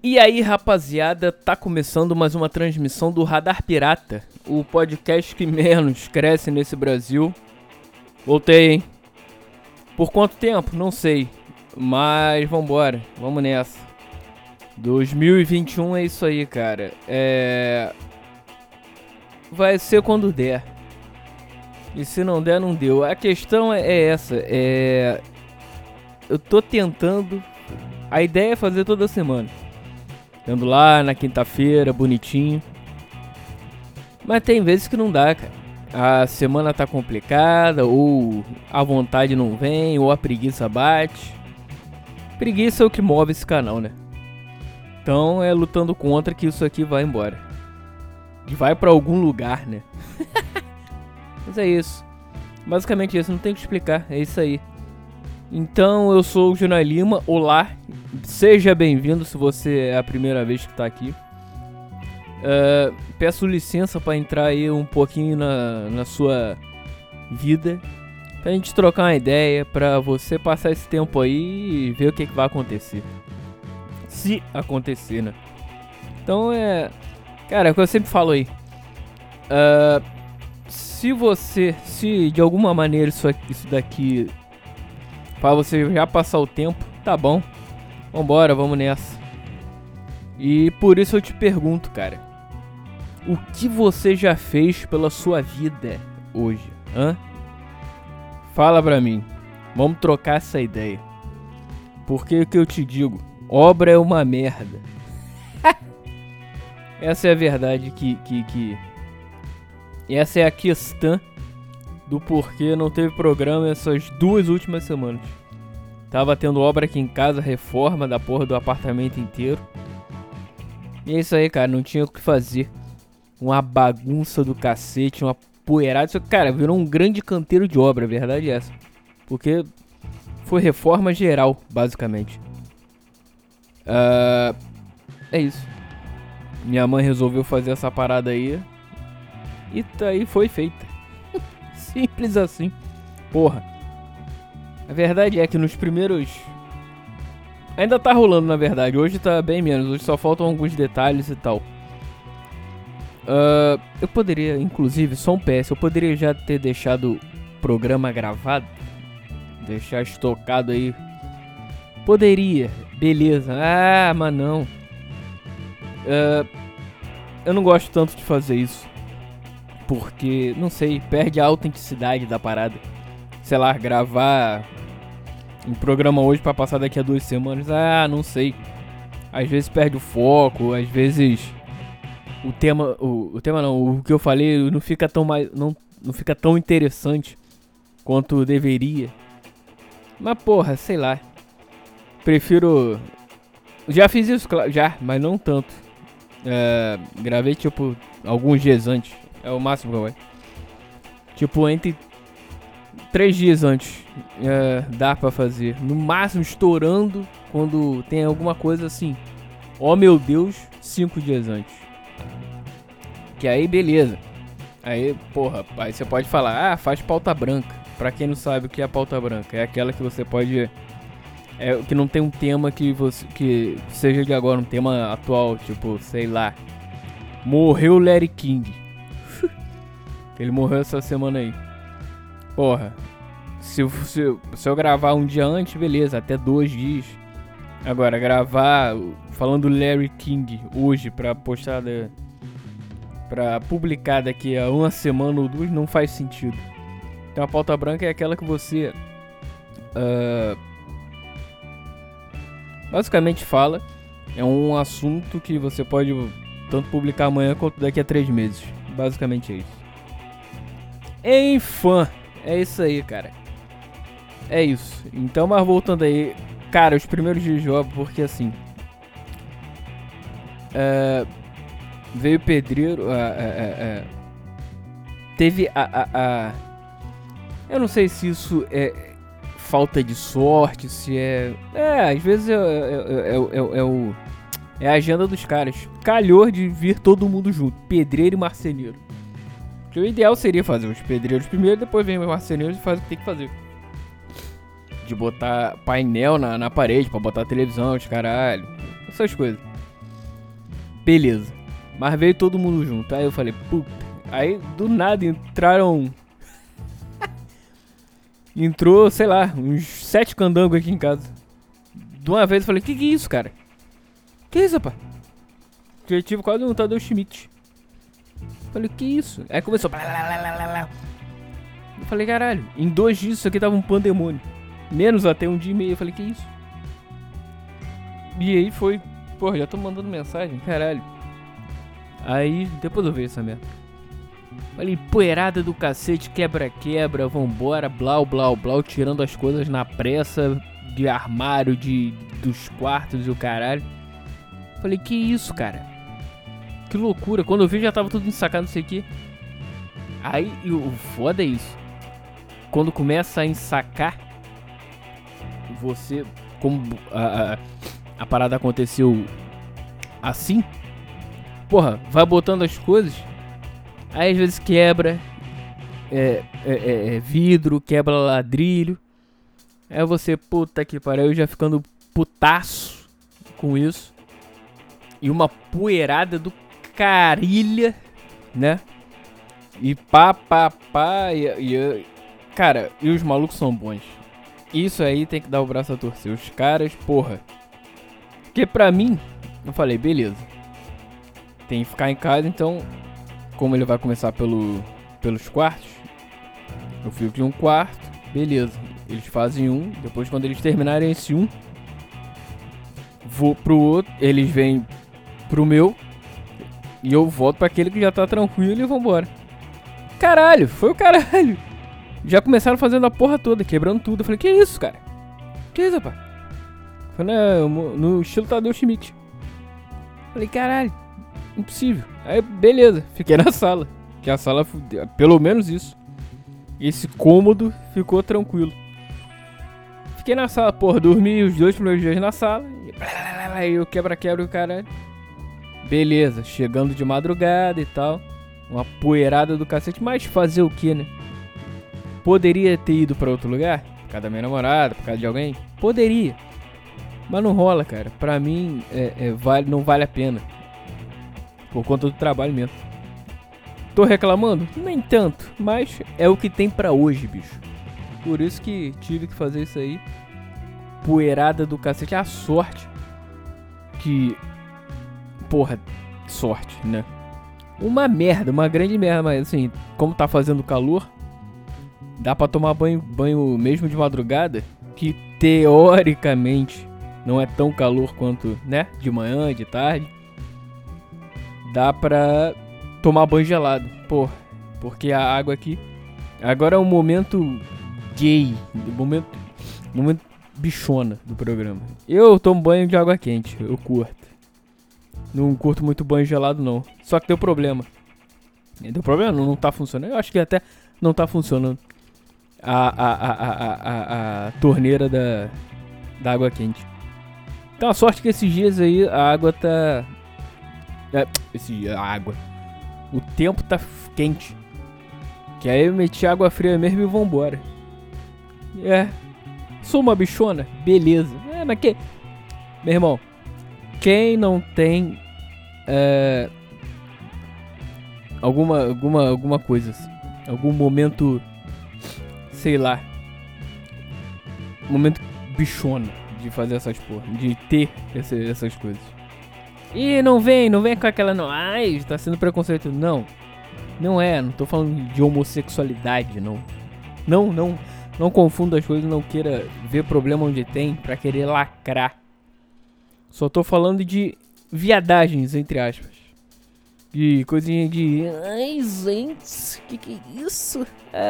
E aí, rapaziada, tá começando mais uma transmissão do Radar Pirata, o podcast que menos cresce nesse Brasil. Voltei, hein? Por quanto tempo? Não sei, mas vambora, vamos nessa. 2021 é isso aí, cara. Vai ser quando der. E se não der, não deu. A questão é essa, eu tô tentando. A ideia é fazer toda semana. Tendo lá na quinta-feira, bonitinho. Mas tem vezes que não dá, cara. A semana tá complicada, ou a vontade não vem, ou a preguiça bate. Preguiça é o que move esse canal, né? Então é lutando contra que isso aqui vai embora. E vai pra algum lugar, né? Mas é isso. Basicamente isso, não tem o que explicar, é isso aí. Então eu sou o Junai Lima, olá, seja bem-vindo se você é a primeira vez que tá aqui. Peço licença pra entrar aí um pouquinho na sua vida, pra gente trocar uma ideia, pra você passar esse tempo aí e ver o que vai acontecer. Se acontecer, né? Então cara, é o que eu sempre falo aí. Se de alguma maneira isso daqui pra você já passar o tempo, tá bom. Vambora, vamos nessa. E por isso eu te pergunto, cara. O que você já fez pela sua vida hoje? Fala pra mim. Vamos trocar essa ideia. Porque o que eu te digo, obra é uma merda. Essa é a verdade essa é a questão do porquê não teve programa essas 2 últimas semanas. Tava tendo obra aqui em casa, reforma da porra do apartamento inteiro. E é isso aí, cara, não tinha o que fazer. Uma bagunça do cacete, uma poeirada. Isso, cara, virou um grande canteiro de obra, a verdade é essa. Porque foi reforma geral, basicamente. É isso. Minha mãe resolveu fazer essa parada aí. E aí foi feita. Simples assim. Porra. A verdade é que nos primeiros... Ainda tá rolando, na verdade. Hoje tá bem menos. Hoje só faltam alguns detalhes e tal. Eu poderia, inclusive, só um PS. Eu poderia já ter deixado o programa gravado. Deixar estocado aí. Poderia. Beleza. Mas não. Eu não gosto tanto de fazer isso. Porque, não sei, perde a autenticidade da parada. Sei lá, gravar um programa hoje pra passar daqui a 2 semanas. Não sei. Às vezes perde o foco, às vezes o tema não, o que eu falei não fica tão interessante quanto deveria. Mas porra, sei lá. Prefiro... Já fiz isso, já, mas não tanto. Gravei tipo alguns dias antes. É o máximo que eu vou. Tipo, entre 3 dias antes. Dá pra fazer. No máximo, estourando quando tem alguma coisa assim. Oh meu Deus, 5 dias antes. Que aí, beleza. Aí, porra, aí você pode falar, faz pauta branca. Pra quem não sabe o que é pauta branca, é aquela que você pode... que não tem um tema que seja de agora, um tema atual. Tipo, sei lá. Morreu Larry King. Ele morreu essa semana aí. Porra. Se eu gravar um dia antes, beleza, até 2 dias. Agora, gravar falando Larry King hoje pra postar, pra publicar daqui a 1 semana ou 2, não faz sentido. Então a pauta branca é aquela que você basicamente fala. É um assunto que você pode tanto publicar amanhã quanto daqui a 3 meses. Basicamente é isso. Enfim, é isso aí, cara. É isso. Então, mas voltando aí, cara, os primeiros dias de obra, porque assim, veio pedreiro, teve eu não sei se isso é falta de sorte, se às vezes é a agenda dos caras. Calhou de vir todo mundo junto, pedreiro e marceneiro. Que o ideal seria fazer os pedreiros primeiro, depois vem os marceneiros e faz o que tem que fazer. De botar painel na parede pra botar televisão, os caralho. Essas coisas. Beleza. Mas veio todo mundo junto. Aí eu falei, puta. Aí do nada entrou, sei lá, uns 7 candangos aqui em casa. De uma vez eu falei, que é isso, cara? Que isso, rapaz? Eu tive quase um Tadeu Schmidt. Falei, que isso? Aí começou. Eu falei, caralho, em 2 dias isso aqui tava um pandemônio. Menos até 1 dia e meio. Eu falei, que isso? E aí foi. Porra, já tô mandando mensagem, caralho. Aí, depois eu vejo essa merda. Falei, poeirada do cacete, quebra-quebra, vambora, blau, blau, blau, tirando as coisas na pressa, de armário, dos quartos e o caralho. Falei, que isso, cara? Que loucura, quando eu vi já tava tudo ensacado, não sei o que. Aí, o foda é isso. Quando começa a ensacar, você, como a parada aconteceu assim, porra, vai botando as coisas, aí às vezes quebra vidro, quebra ladrilho. Aí você, puta que pariu, eu já ficando putaço com isso. E uma poeirada do carilha, né? E pá, cara, e os malucos são bons. Isso aí tem que dar o braço a torcer. Os caras, porra. Porque pra mim, eu falei, beleza. Tem que ficar em casa, então, como ele vai começar pelos quartos, eu fico em um quarto, beleza. Eles fazem um, depois quando eles terminarem esse um, vou pro outro, eles vêm pro meu, e eu volto pra aquele que já tá tranquilo e vambora. Caralho, foi o caralho. Já começaram fazendo a porra toda, quebrando tudo. Eu falei, que isso, cara? Que isso, rapaz? Foi no estilo Tadeu Schmidt. Falei, caralho, impossível. Aí, beleza, fiquei na sala. Que a sala, pelo menos isso. Esse cômodo ficou tranquilo. Fiquei na sala, porra, dormi os 2 primeiros dias na sala. E eu quebra-quebra o caralho. Beleza, chegando de madrugada e tal. Uma poeirada do cacete. Mas fazer o que, né? Poderia ter ido pra outro lugar? Por causa da minha namorada, por causa de alguém? Poderia. Mas não rola, cara. Pra mim, não vale a pena. Por conta do trabalho mesmo. Tô reclamando? Nem tanto. Mas é o que tem pra hoje, bicho. Por isso que tive que fazer isso aí. Poeirada do cacete. A sorte que... Porra, sorte, né? Uma merda, uma grande merda. Mas assim, como tá fazendo calor, dá pra tomar banho mesmo de madrugada. Que teoricamente não é tão calor quanto, né? De manhã, de tarde. Dá pra tomar banho gelado. Porra, porque a água aqui... Agora é um momento gay. Momento bichona do programa. Eu tomo banho de água quente. Eu curto. Não curto muito banho gelado, não. Só que deu problema. Deu problema? Não tá funcionando. Eu acho que até não tá funcionando. A torneira da água quente. Então a sorte que esses dias aí a água tá... a água. O tempo tá quente. Que aí eu meti água fria mesmo e vambora. Sou uma bichona? Beleza. Mas que... Meu irmão, quem não tem... alguma coisa assim. Algum momento... Sei lá. Momento bichona de fazer essas porra. De ter essas coisas. E não vem com aquela não. Ai, tá sendo preconceito. Não. Não tô falando de homossexualidade, não. Não confunda as coisas, não queira ver problema onde tem pra querer lacrar. Só tô falando de viadagens, entre aspas. De coisinha de... Ai, gente, que é isso?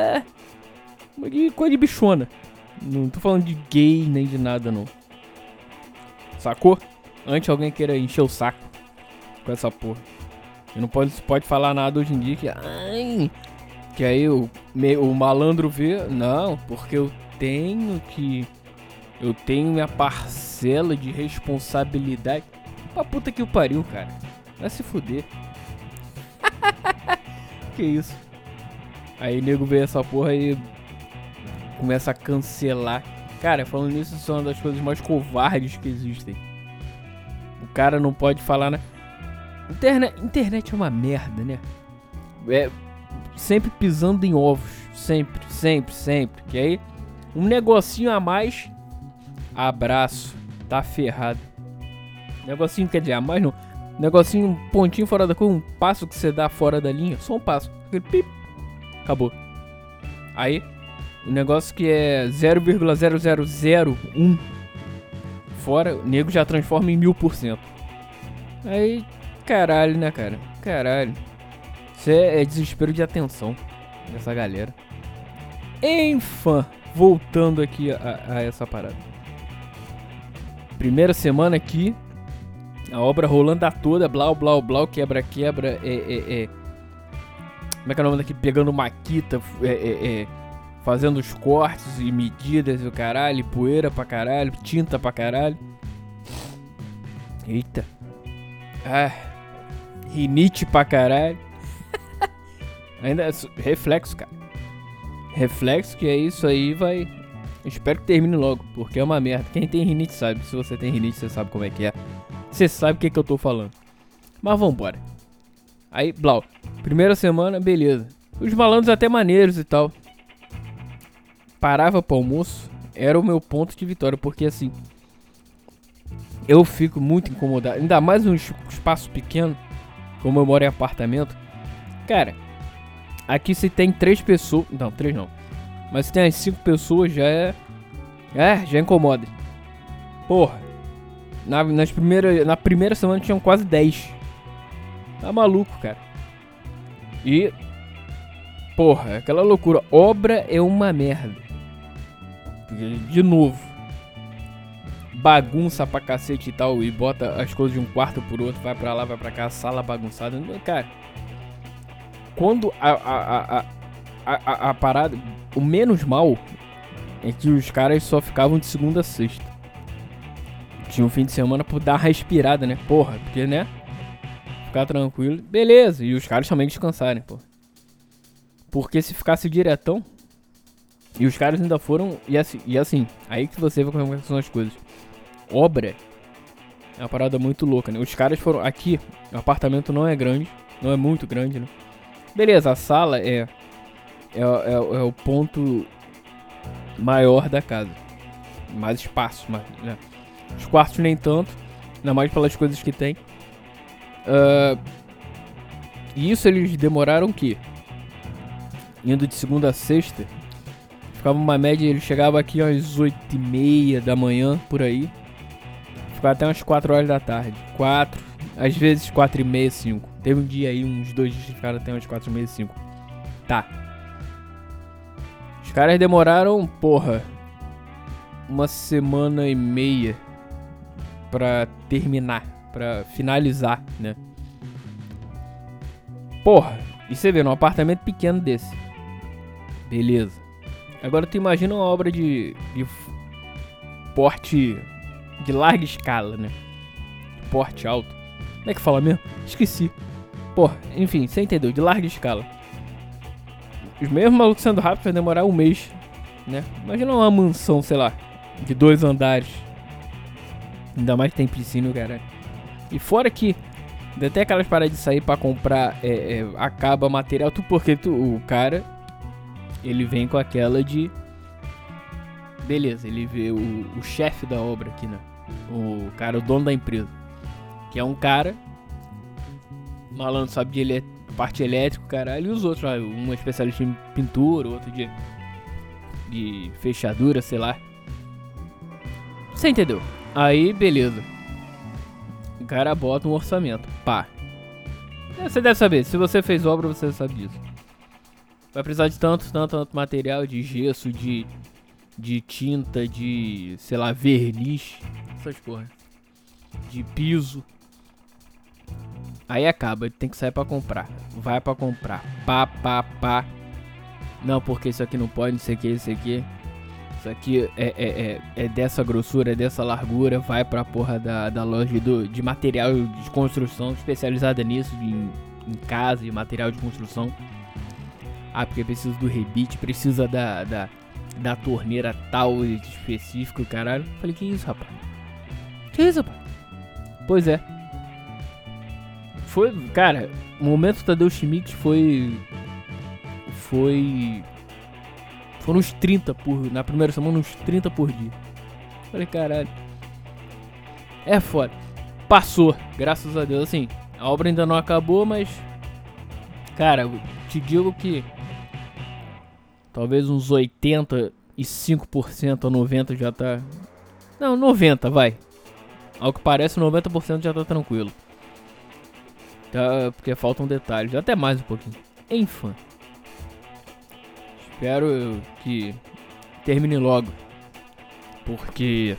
De coisa de bichona. Não tô falando de gay nem de nada, não. Sacou? Antes alguém queira encher o saco com essa porra. E não pode falar nada hoje em dia que... Ai, que aí o malandro vê... Não, porque eu tenho minha parcela de responsabilidade. Pra puta que o pariu, cara. Vai se fuder. Que isso? Aí nego vê essa porra e começa a cancelar. Cara, falando nisso, isso é uma das coisas mais covardes que existem. O cara não pode falar, né? Internet é uma merda, né? É sempre pisando em ovos. Sempre. Que aí, um negocinho a mais, abraço, tá ferrado. Negocinho, quer dizer, a mais não. Negocinho, um pontinho fora da curva, um passo que você dá fora da linha. Só um passo. Pip, acabou. Aí, o negócio que é 0,0001 fora, o nego já transforma em 1000%. Aí, caralho, né, cara? Caralho. Isso é desespero de atenção dessa galera. Enfim, voltando aqui a essa parada. Primeira semana aqui, a obra rolando a toda, blau, quebra, como é que é o nome daqui? Pegando maquita, fazendo os cortes e medidas e o caralho, poeira pra caralho, tinta pra caralho. Eita. Rinite pra caralho. Ainda reflexo, cara. Reflexo, que é isso aí, vai. Espero que termine logo, porque é uma merda. Quem tem rinite sabe. Se você tem rinite, você sabe como é que é. Você sabe o que eu tô falando. Mas vambora. Aí, blau. Primeira semana, beleza. Os malandros até maneiros e tal. Parava pro almoço. Era o meu ponto de vitória, porque assim, eu fico muito incomodado. Ainda mais num espaço pequeno, como eu moro em apartamento. Cara, aqui se tem 3 pessoas. Não, 3 não. Mas se tem as 5 pessoas já já incomoda. Porra. Na primeira semana tinham quase 10. Tá maluco, cara. E porra, aquela loucura. Obra é uma merda. De novo, bagunça pra cacete e tal, e bota as coisas de um quarto por outro, vai pra lá, vai pra cá, sala bagunçada. Cara, quando a parada, o menos mal é que os caras só ficavam de segunda a sexta. Tinha um fim de semana por dar uma respirada, né? Porra, porque, né? Ficar tranquilo, beleza. E os caras também descansarem, pô. Porque se ficasse diretão, e os caras ainda foram, e assim, aí que você vê como são as coisas. Obra é uma parada muito louca, né? Os caras foram aqui, o apartamento não é grande, não é muito grande, né? Beleza, a sala é o ponto maior da casa. Mais espaço, né? Os quartos nem tanto, ainda mais pelas coisas que tem. E isso eles demoraram o quê? Indo de segunda a sexta, ficava uma média, ele chegava aqui às 8h30 da manhã, por aí. Ficava até umas 4 horas da tarde. 4, às vezes 4h30, 5. Teve um dia aí, uns 2 dias que ficaram até umas 4h30, 5. Tá. Os caras demoraram, porra, 1 semana e meia pra terminar, pra finalizar, né? Porra, e você vê, num apartamento pequeno desse. Beleza. Agora tu imagina uma obra de porte de larga escala, né? De porte alto. Como é que fala mesmo? Esqueci. Porra, enfim, você entendeu, de larga escala. Os mesmos malucos sendo rápidos vai demorar 1 mês, né? Imagina uma mansão, sei lá, de 2 andares. Ainda mais que tem piscina, cara. E fora que até aquelas paradas de sair pra comprar acaba material, porque o cara, ele vem com aquela de... Beleza, ele vê o chefe da obra aqui, né? O cara, o dono da empresa. Que é um cara, malandro, sabe de parte elétrica, caralho. E os outros, um especialista em pintura, outro de fechadura, sei lá. Você entendeu? Aí, beleza. O cara bota um orçamento. Pá. Você deve saber. Se você fez obra, você sabe disso. Vai precisar de tanto material, de gesso, de tinta, de, sei lá, verniz. Essas porra. De piso. Aí acaba. Tem que sair pra comprar. Vai pra comprar. Pá. Não, porque isso aqui não pode, não sei o que, isso aqui. Isso aqui é dessa grossura, é dessa largura. Vai pra porra da loja de material de construção especializada nisso, em casa, de material de construção. Ah, porque precisa do rebite, precisa da torneira tal específico, caralho. Falei, que isso, rapaz? Que isso, rapaz? Pois é. Foi, cara, o momento Tadeu Schmidt foi... Foram uns 30 na primeira semana, uns 30 por dia. Falei, caralho. É foda. Passou, graças a Deus. Assim, a obra ainda não acabou, mas... Cara, eu te digo que... Talvez uns 85% ou 90% já tá... Não, 90%, vai. Ao que parece, 90% já tá tranquilo. Tá, porque faltam detalhes, até mais um pouquinho. Enfim. Espero que termine logo. Porque...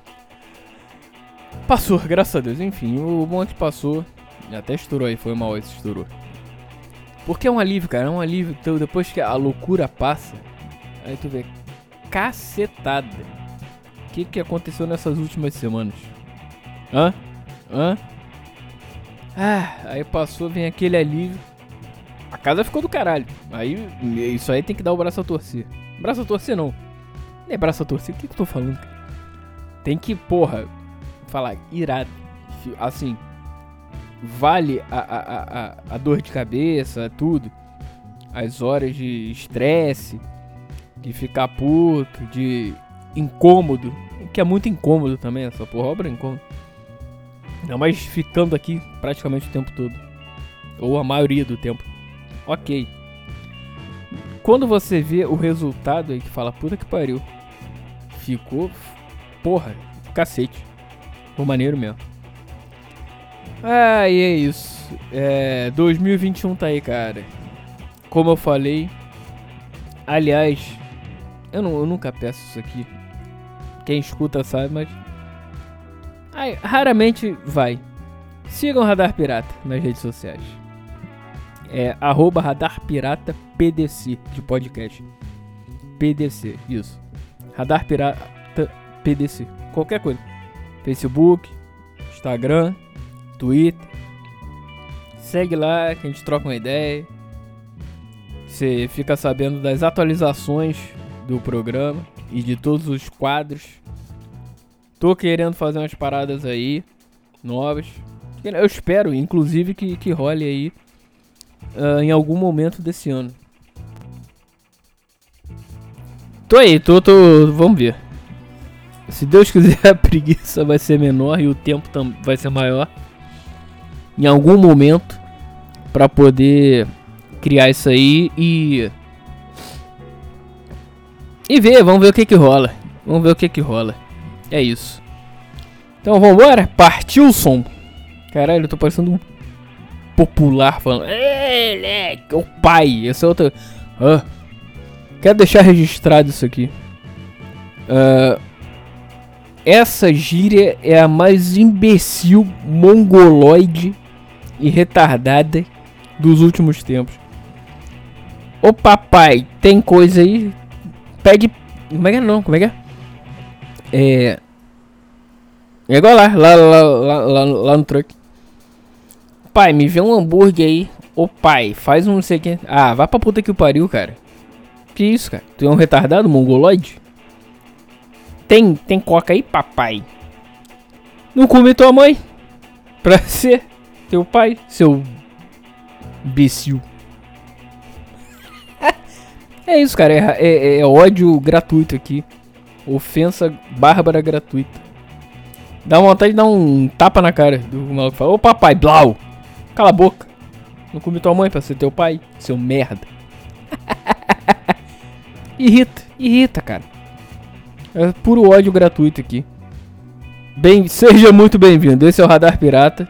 Passou, graças a Deus. Enfim, o bom é que passou. Até estourou aí, foi mal esse estourou. Porque é um alívio, cara. É um alívio. Então, depois que a loucura passa, aí tu vê cacetada. O que aconteceu nessas últimas semanas? Hã? Aí passou, vem aquele alívio. A casa ficou do caralho. Aí, isso aí tem que dar o braço a torcer. Braço a torcer não. Não é braço a torcer, o que eu tô falando, cara? Tem que, porra, falar irado. Assim, vale a dor de cabeça, tudo. As horas de estresse, de ficar puto, de incômodo. Que é muito incômodo também, essa porra, obra é incômodo. Não, mas ficando aqui praticamente o tempo todo. Ou a maioria do tempo. Ok. Quando você vê o resultado aí que fala, puta que pariu. Ficou, porra, cacete. Ficou maneiro mesmo. E é isso. 2021 tá aí, cara. Como eu falei. Aliás, eu nunca peço isso aqui. Quem escuta sabe, mas... raramente vai. Sigam o Radar Pirata nas redes sociais. @Radar Pirata PDC de podcast. PDC, isso. Radar Pirata PDC. Qualquer coisa. Facebook, Instagram, Twitter. Segue lá que a gente troca uma ideia. Você fica sabendo das atualizações do programa e de todos os quadros. Tô querendo fazer umas paradas aí novas. Eu espero, inclusive, que role aí em algum momento desse ano. Vamos ver. Se Deus quiser, a preguiça vai ser menor e o tempo vai ser maior. Em algum momento, pra poder criar isso aí e ver, vamos ver o que rola. É isso. Então vambora, partiu o som. Caralho, eu tô parecendo um popular falando. Moleque, o pai. Esse é outro. Quero deixar registrado isso aqui. Essa gíria é a mais imbecil, mongoloide e retardada dos últimos tempos. Ô papai, tem coisa aí? Pede. Como é que é não? Como é que é? É igual lá no truck. Pai, me vê um hambúrguer aí. Ô pai, faz um não sei o que. Vai pra puta que o pariu, cara. Que isso, cara? Tu é um retardado mongoloide? Tem coca aí, papai? Não come tua mãe? Pra ser teu pai, seu imbecil. É isso, cara. É ódio gratuito aqui. Ofensa bárbara gratuita. Dá vontade de dar um tapa na cara do maluco que fala: ô papai, blau! Cala a boca. Não come tua mãe pra ser teu pai, seu merda. Irrita, cara. É puro ódio gratuito aqui. Seja muito bem-vindo. Esse é o Radar Pirata.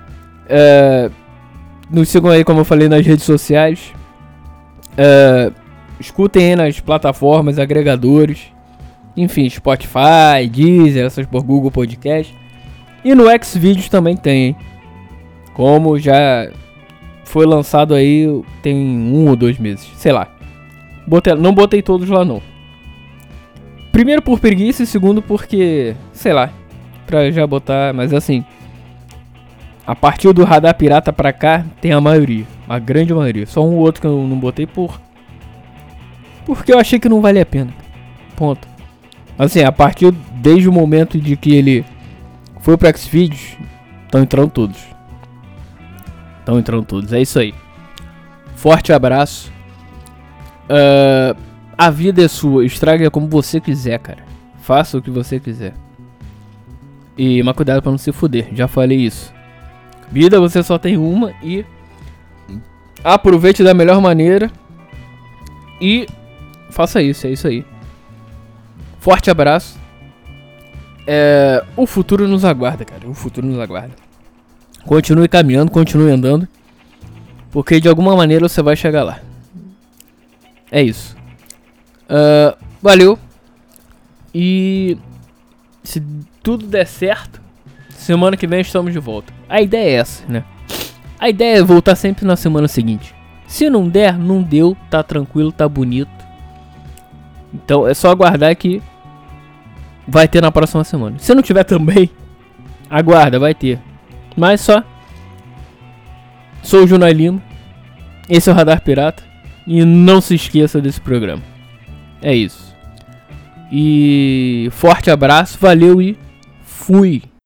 Nos sigam aí, como eu falei, nas redes sociais. Escutem aí nas plataformas, agregadores. Enfim, Spotify, Deezer, essas por Google Podcast. E no Xvideos também tem, hein? Como já foi lançado aí tem 1 ou 2 meses. Sei lá. Não botei todos lá não. Primeiro por preguiça e segundo porque... sei lá. Pra já botar, mas assim... A partir do Radar Pirata pra cá, tem a maioria. A grande maioria. Só um ou outro que eu não botei porque eu achei que não valia a pena. Ponto. Assim, desde o momento de que ele foi pro Xvideos, estão entrando todos. Estão entrando todos. É isso aí. Forte abraço. A vida é sua. Estraga como você quiser, cara. Faça o que você quiser. Mas cuidado pra não se fuder. Já falei isso. Vida você só tem uma e aproveite da melhor maneira. E faça isso. É isso aí. Forte abraço. O futuro nos aguarda, cara. O futuro nos aguarda. Continue caminhando, continue andando. Porque de alguma maneira você vai chegar lá. É isso. Valeu. E se tudo der certo, semana que vem estamos de volta. A ideia é essa, né? A ideia é voltar sempre na semana seguinte. Se não der, não deu. Tá tranquilo, tá bonito. Então é só aguardar que vai ter na próxima semana. Se não tiver também, aguarda, vai ter. Mas só. Sou o Junai Lima. Esse é o Radar Pirata. E não se esqueça desse programa. É isso. E forte abraço, valeu e fui.